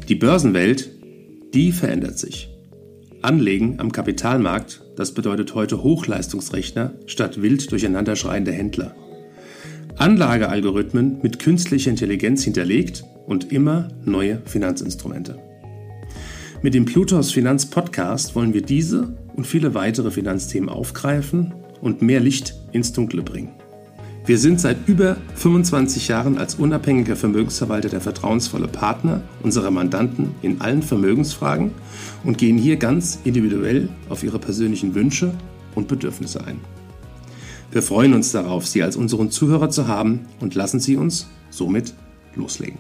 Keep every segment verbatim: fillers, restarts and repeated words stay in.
Die Börsenwelt, die verändert sich. Anlegen am Kapitalmarkt, das bedeutet heute Hochleistungsrechner statt wild durcheinanderschreiende Händler. Anlagealgorithmen mit künstlicher Intelligenz hinterlegt und immer neue Finanzinstrumente. Mit dem Plutos Finanz Podcast wollen wir diese und viele weitere Finanzthemen aufgreifen und mehr Licht ins Dunkle bringen. Wir sind seit über fünfundzwanzig Jahren als unabhängiger Vermögensverwalter der vertrauensvolle Partner unserer Mandanten in allen Vermögensfragen und gehen hier ganz individuell auf ihre persönlichen Wünsche und Bedürfnisse ein. Wir freuen uns darauf, Sie als unseren Zuhörer zu haben und lassen Sie uns somit loslegen.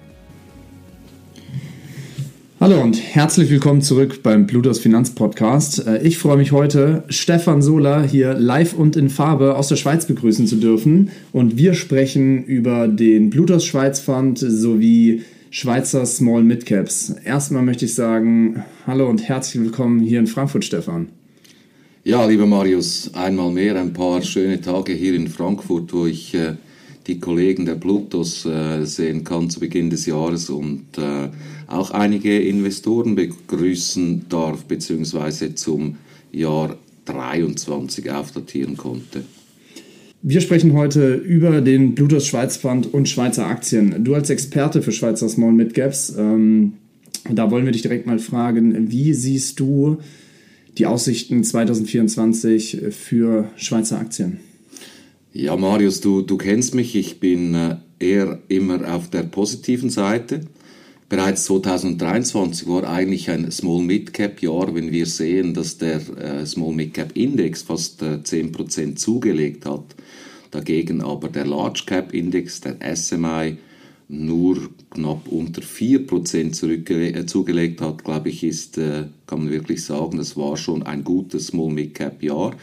Hallo und herzlich willkommen zurück beim Plutos Finanz Podcast. Ich freue mich heute, Stefan Sola hier live und in Farbe aus der Schweiz begrüßen zu dürfen. Und wir sprechen über den Plutos Schweiz Fund sowie Schweizer Small Mid Caps. Erstmal möchte ich sagen, hallo und herzlich willkommen hier in Frankfurt, Stefan. Ja, lieber Marius, einmal mehr ein paar schöne Tage hier in Frankfurt, wo ich äh, die Kollegen der Plutos äh, sehen kann zu Beginn des Jahres und äh, auch einige Investoren begrüßen darf, beziehungsweise zum Jahr dreiundzwanzig aufdatieren konnte. Wir sprechen heute über den Plutos Schweiz Fund und Schweizer Aktien. Du als Experte für Schweizer Small Mid Caps, ähm, da wollen wir dich direkt mal fragen, wie siehst du die Aussichten zwanzig vierundzwanzig für Schweizer Aktien? Ja, Marius, du, du kennst mich, ich bin äh, eher immer auf der positiven Seite. Bereits zwanzig dreiundzwanzig war eigentlich ein Small-Mid-Cap-Jahr, wenn wir sehen, dass der äh, Small-Mid-Cap-Index fast äh, zehn Prozent zugelegt hat. Dagegen aber der Large-Cap-Index, der S M I, nur knapp unter vier Prozent zurückgele- äh, zugelegt hat, glaube ich, ist, äh, kann man wirklich sagen, das war schon ein gutes Small-Mid-Cap-Jahr.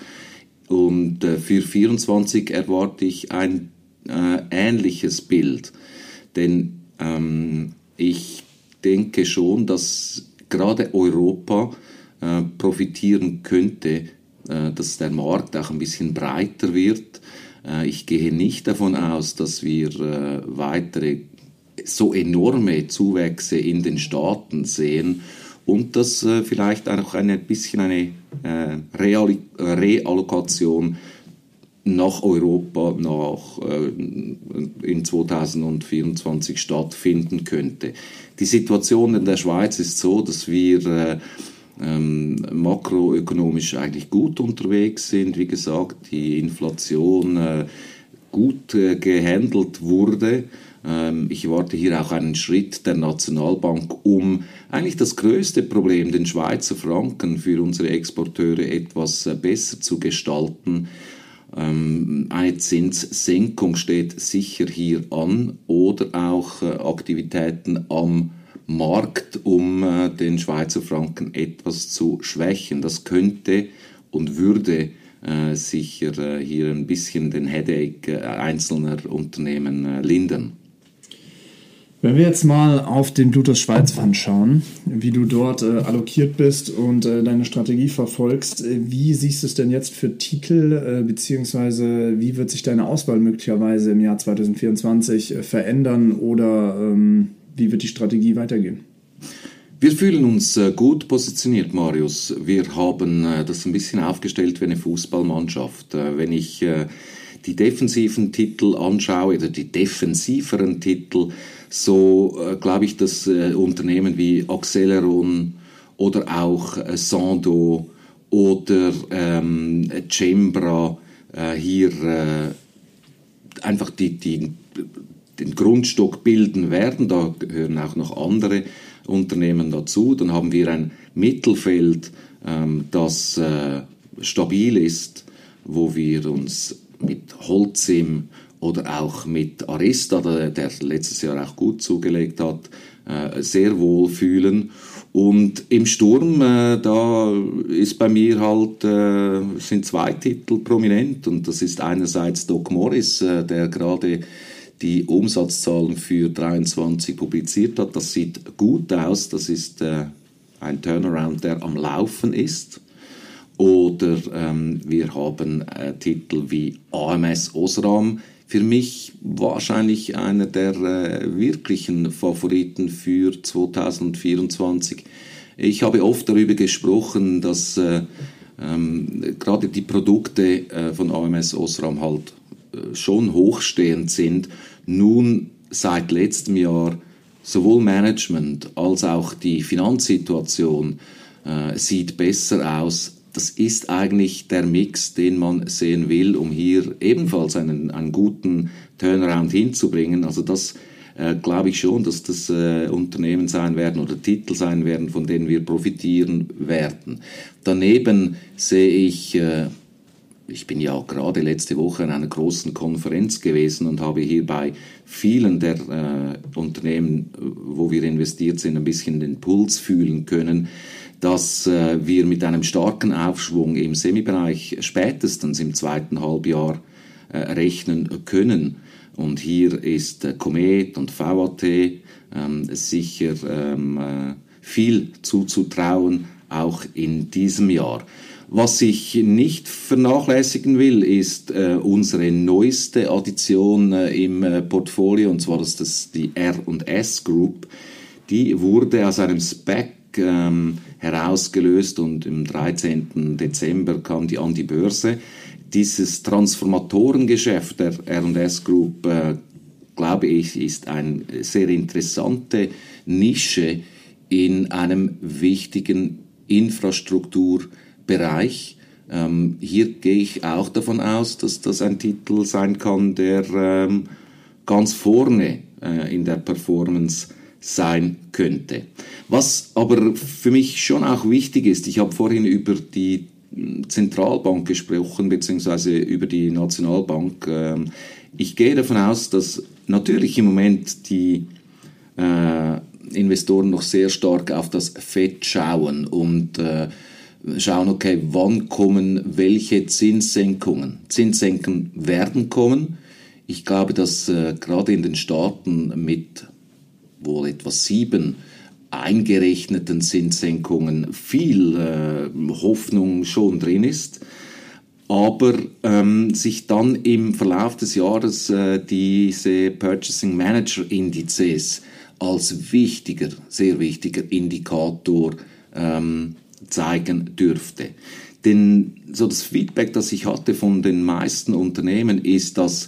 Und äh, für vierundzwanzig erwarte ich ein äh, ähnliches Bild, denn ähm, ich denke schon, dass gerade Europa äh, profitieren könnte, äh, dass der Markt auch ein bisschen breiter wird. Äh, ich gehe nicht davon aus, dass wir äh, weitere so enorme Zuwächse in den Staaten sehen und dass äh, vielleicht auch ein bisschen eine äh, Real- Reallokation nach Europa nach, äh, in zwanzig vierundzwanzig stattfinden könnte. Die Situation in der Schweiz ist so, dass wir äh, ähm, makroökonomisch eigentlich gut unterwegs sind. Wie gesagt, die Inflation äh, gut äh, gehandelt wurde. Ähm, ich erwarte hier auch einen Schritt der Nationalbank, um eigentlich das größte Problem, den Schweizer Franken für unsere Exporteure etwas äh, besser zu gestalten. Eine Zinssenkung steht sicher hier an oder auch Aktivitäten am Markt, um den Schweizer Franken etwas zu schwächen. Das könnte und würde sicher hier ein bisschen den Headache einzelner Unternehmen lindern. Wenn wir jetzt mal auf den Plutos Schweiz Fund schauen, wie du dort äh, allokiert bist und äh, deine Strategie verfolgst, äh, wie siehst du es denn jetzt für Titel, äh, beziehungsweise wie wird sich deine Auswahl möglicherweise im Jahr zwanzig vierundzwanzig äh, verändern oder ähm, wie wird die Strategie weitergehen? Wir fühlen uns äh, gut positioniert, Marius. Wir haben äh, das ein bisschen aufgestellt wie eine Fußballmannschaft. Äh, wenn ich äh, die defensiven Titel anschaue oder die defensiveren Titel, so äh, glaube ich, dass äh, Unternehmen wie Acceleron oder auch äh, Sando oder ähm, Cembra äh, hier äh, einfach die, die, den Grundstock bilden werden. Da gehören auch noch andere Unternehmen dazu. Dann haben wir ein Mittelfeld, ähm, das äh, stabil ist, wo wir uns mit Holcim oder auch mit Arista, der, der letztes Jahr auch gut zugelegt hat, äh, sehr wohl fühlen. Und im Sturm, äh, da ist bei mir halt, äh, sind zwei Titel prominent und das ist einerseits Doc Morris, äh, der gerade die Umsatzzahlen für dreiundzwanzig publiziert hat. Das sieht gut aus, das ist äh, ein Turnaround, der am Laufen ist. Oder ähm, wir haben äh, Titel wie A M S Osram, für mich wahrscheinlich einer der äh, wirklichen Favoriten für zwanzig vierundzwanzig. Ich habe oft darüber gesprochen, dass äh, ähm, gerade die Produkte äh, von A M S Osram halt äh, schon hochstehend sind. Nun seit letztem Jahr sowohl Management als auch die Finanzsituation äh, sieht besser aus. Das ist eigentlich der Mix, den man sehen will, um hier ebenfalls einen, einen guten Turnaround hinzubringen. Also das äh, glaube ich schon, dass das äh, Unternehmen sein werden oder Titel sein werden, von denen wir profitieren werden. Daneben sehe ich, äh, ich bin ja gerade letzte Woche in einer großen Konferenz gewesen und habe hier bei vielen der äh, Unternehmen, wo wir investiert sind, ein bisschen den Puls fühlen können, dass äh, wir mit einem starken Aufschwung im Semibereich spätestens im zweiten Halbjahr äh, rechnen können. Und hier ist äh, Comet und V A T ähm, sicher ähm, äh, viel zuzutrauen, auch in diesem Jahr. Was ich nicht vernachlässigen will, ist äh, unsere neueste Addition äh, im äh, Portfolio, und zwar ist das die R und S Group. Die wurde aus einem Spec ähm, herausgelöst und im dreizehnten Dezember kam die an die Börse. Dieses Transformatorengeschäft der R und S Group, äh, glaube ich, ist eine sehr interessante Nische in einem wichtigen Infrastrukturbereich. Ähm, hier gehe ich auch davon aus, dass das ein Titel sein kann, der ähm, ganz vorne äh, in der Performance sein könnte. Was aber für mich schon auch wichtig ist, ich habe vorhin über die Zentralbank gesprochen, beziehungsweise über die Nationalbank. Ich gehe davon aus, dass natürlich im Moment die äh, Investoren noch sehr stark auf das Fed schauen und äh, schauen, okay, wann kommen welche Zinssenkungen. Zinssenken werden kommen. Ich glaube, dass äh, gerade in den Staaten mit wohl etwa sieben eingerechneten Zinssenkungen viel äh, Hoffnung schon drin ist, aber ähm, sich dann im Verlauf des Jahres äh, diese Purchasing Manager Indizes als wichtiger, sehr wichtiger Indikator ähm, zeigen dürfte. Denn so das Feedback, das ich hatte von den meisten Unternehmen, ist, dass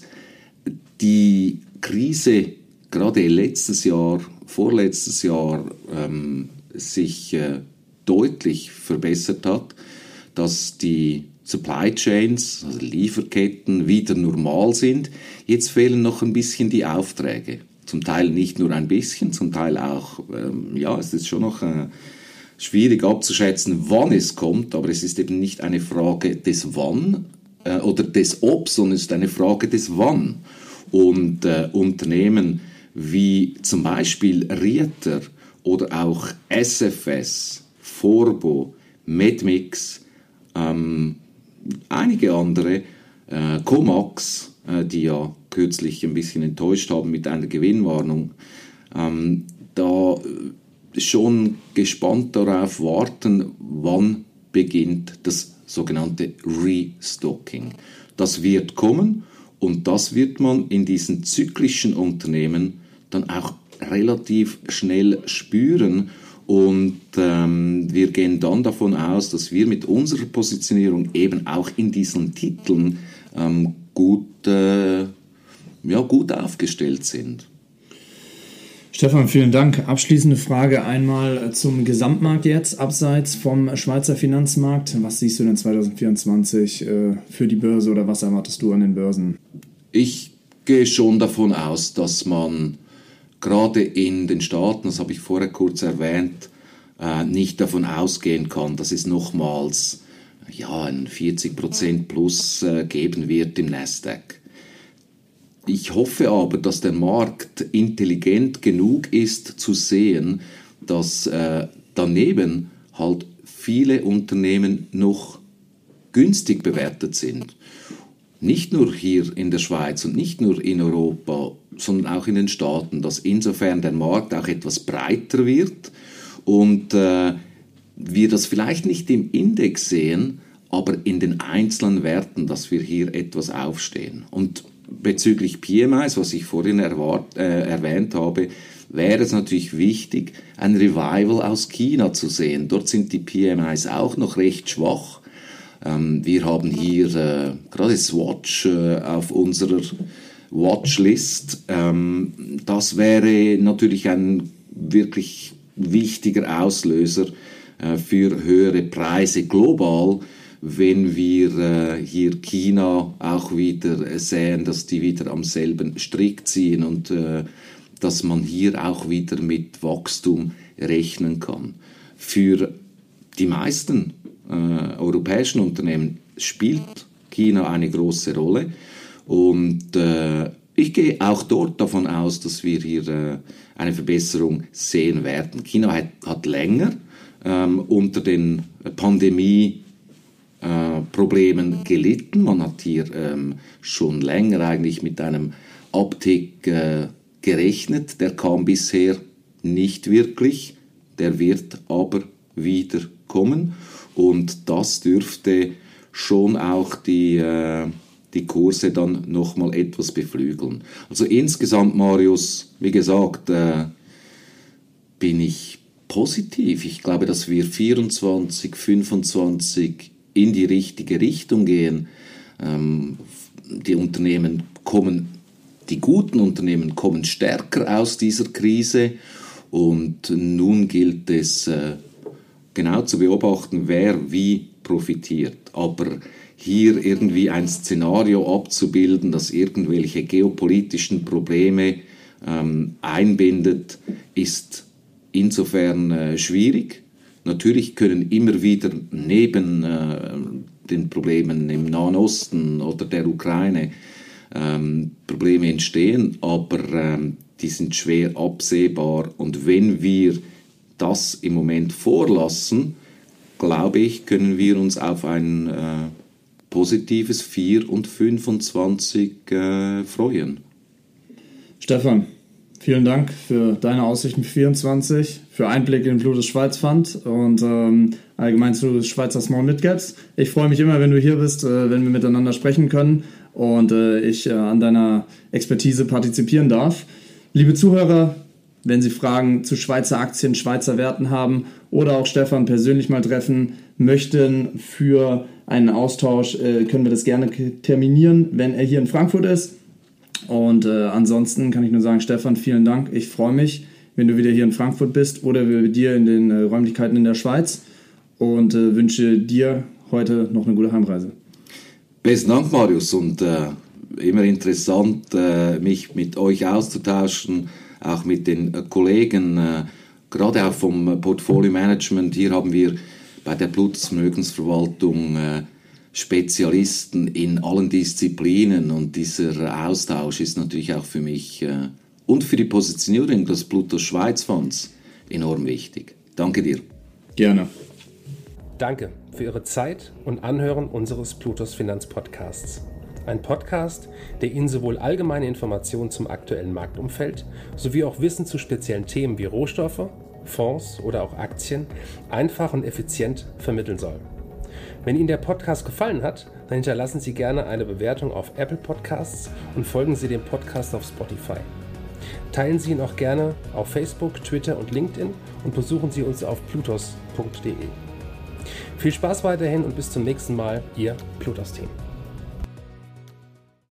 die Krise gerade letztes Jahr, vorletztes Jahr ähm, sich äh, deutlich verbessert hat, dass die Supply Chains, also Lieferketten, wieder normal sind. Jetzt fehlen noch ein bisschen die Aufträge. Zum Teil nicht nur ein bisschen, zum Teil auch, ähm, ja, es ist schon noch äh, schwierig abzuschätzen, wann es kommt, aber es ist eben nicht eine Frage des Wann äh, oder des Ob, sondern es ist eine Frage des Wann. Und äh, Unternehmen wie zum Beispiel Rieter oder auch S F S, Forbo, Medmix, ähm, einige andere, äh, Comax, äh, die ja kürzlich ein bisschen enttäuscht haben mit einer Gewinnwarnung, ähm, da schon gespannt darauf warten, wann beginnt das sogenannte Restocking. Das wird kommen und das wird man in diesen zyklischen Unternehmen dann auch relativ schnell spüren. Und ähm, wir gehen dann davon aus, dass wir mit unserer Positionierung eben auch in diesen Titeln ähm, gut, äh, ja, gut aufgestellt sind. Stefan, vielen Dank. Abschließende Frage einmal zum Gesamtmarkt jetzt, abseits vom Schweizer Finanzmarkt. Was siehst du denn zwanzig vierundzwanzig äh, für die Börse oder was erwartest du an den Börsen? Ich gehe schon davon aus, dass man gerade in den Staaten, das habe ich vorher kurz erwähnt, äh, nicht davon ausgehen kann, dass es nochmals ja, ein vierzig Prozent plus äh, geben wird im Nasdaq. Ich hoffe aber, dass der Markt intelligent genug ist zu sehen, dass äh, daneben halt viele Unternehmen noch günstig bewertet sind. Nicht nur hier in der Schweiz und nicht nur in Europa, sondern auch in den Staaten, dass insofern der Markt auch etwas breiter wird und äh, wir das vielleicht nicht im Index sehen, aber in den einzelnen Werten, dass wir hier etwas aufstehen. Und bezüglich P M Is, was ich vorhin erwart, äh, erwähnt habe, wäre es natürlich wichtig, ein Revival aus China zu sehen. Dort sind die P M Is auch noch recht schwach. Ähm, wir haben hier äh, gerade Swatch äh, auf unserer Watchlist. Ähm, das wäre natürlich ein wirklich wichtiger Auslöser äh, für höhere Preise global, wenn wir äh, hier China auch wieder sehen, dass die wieder am selben Strick ziehen und äh, dass man hier auch wieder mit Wachstum rechnen kann. Für die meisten äh, europäischen Unternehmen spielt China eine große Rolle und äh, ich gehe auch dort davon aus, dass wir hier äh, eine Verbesserung sehen werden. China hat, hat länger ähm, unter den Pandemie Äh, Problemen gelitten. Man hat hier ähm, schon länger eigentlich mit einem Uptick äh, gerechnet. Der kam bisher nicht wirklich. Der wird aber wieder kommen. Und das dürfte schon auch die, äh, die Kurse dann nochmal etwas beflügeln. Also insgesamt, Marius, wie gesagt, äh, bin ich positiv. Ich glaube, dass wir vierundzwanzig, fünfundzwanzig in die richtige Richtung gehen. Ähm, die Unternehmen kommen, die guten Unternehmen kommen stärker aus dieser Krise und nun gilt es äh, genau zu beobachten, wer wie profitiert. Aber hier irgendwie ein Szenario abzubilden, das irgendwelche geopolitischen Probleme ähm, einbindet, ist insofern äh, schwierig. Natürlich können immer wieder neben äh, den Problemen im Nahen Osten oder der Ukraine ähm, Probleme entstehen, aber ähm, die sind schwer absehbar. Und wenn wir das im Moment vorlassen, glaube ich, können wir uns auf ein äh, positives vier und fünfundzwanzig äh, freuen. Stefan, vielen Dank für deine Aussichten für vierundzwanzig, für Einblick in den Plutos Schweiz Fund und ähm, allgemein zu Schweizer Small Mid Caps. Ich freue mich immer, wenn du hier bist, äh, wenn wir miteinander sprechen können und äh, ich äh, an deiner Expertise partizipieren darf. Liebe Zuhörer, wenn Sie Fragen zu Schweizer Aktien, Schweizer Werten haben oder auch Stefan persönlich mal treffen möchten für einen Austausch, äh, können wir das gerne terminieren, wenn er hier in Frankfurt ist. Und äh, ansonsten kann ich nur sagen, Stefan, vielen Dank. Ich freue mich, wenn du wieder hier in Frankfurt bist oder wir mit dir in den äh, Räumlichkeiten in der Schweiz und äh, wünsche dir heute noch eine gute Heimreise. Besten Dank, Marius, und äh, immer interessant, äh, mich mit euch auszutauschen, auch mit den äh, Kollegen, äh, gerade auch vom Portfolio Management. Hier haben wir bei der Plutos Vermögensverwaltung äh, Spezialisten in allen Disziplinen und dieser Austausch ist natürlich auch für mich äh, und für die Positionierung des Plutos Schweiz Fonds enorm wichtig. Danke dir. Gerne. Danke für Ihre Zeit und Anhören unseres Plutos Finanzpodcasts. Ein Podcast, der Ihnen sowohl allgemeine Informationen zum aktuellen Marktumfeld sowie auch Wissen zu speziellen Themen wie Rohstoffe, Fonds oder auch Aktien einfach und effizient vermitteln soll. Wenn Ihnen der Podcast gefallen hat, dann hinterlassen Sie gerne eine Bewertung auf Apple Podcasts und folgen Sie dem Podcast auf Spotify. Teilen Sie ihn auch gerne auf Facebook, Twitter und LinkedIn und besuchen Sie uns auf plutos punkt de. Viel Spaß weiterhin und bis zum nächsten Mal, Ihr Plutos-Team.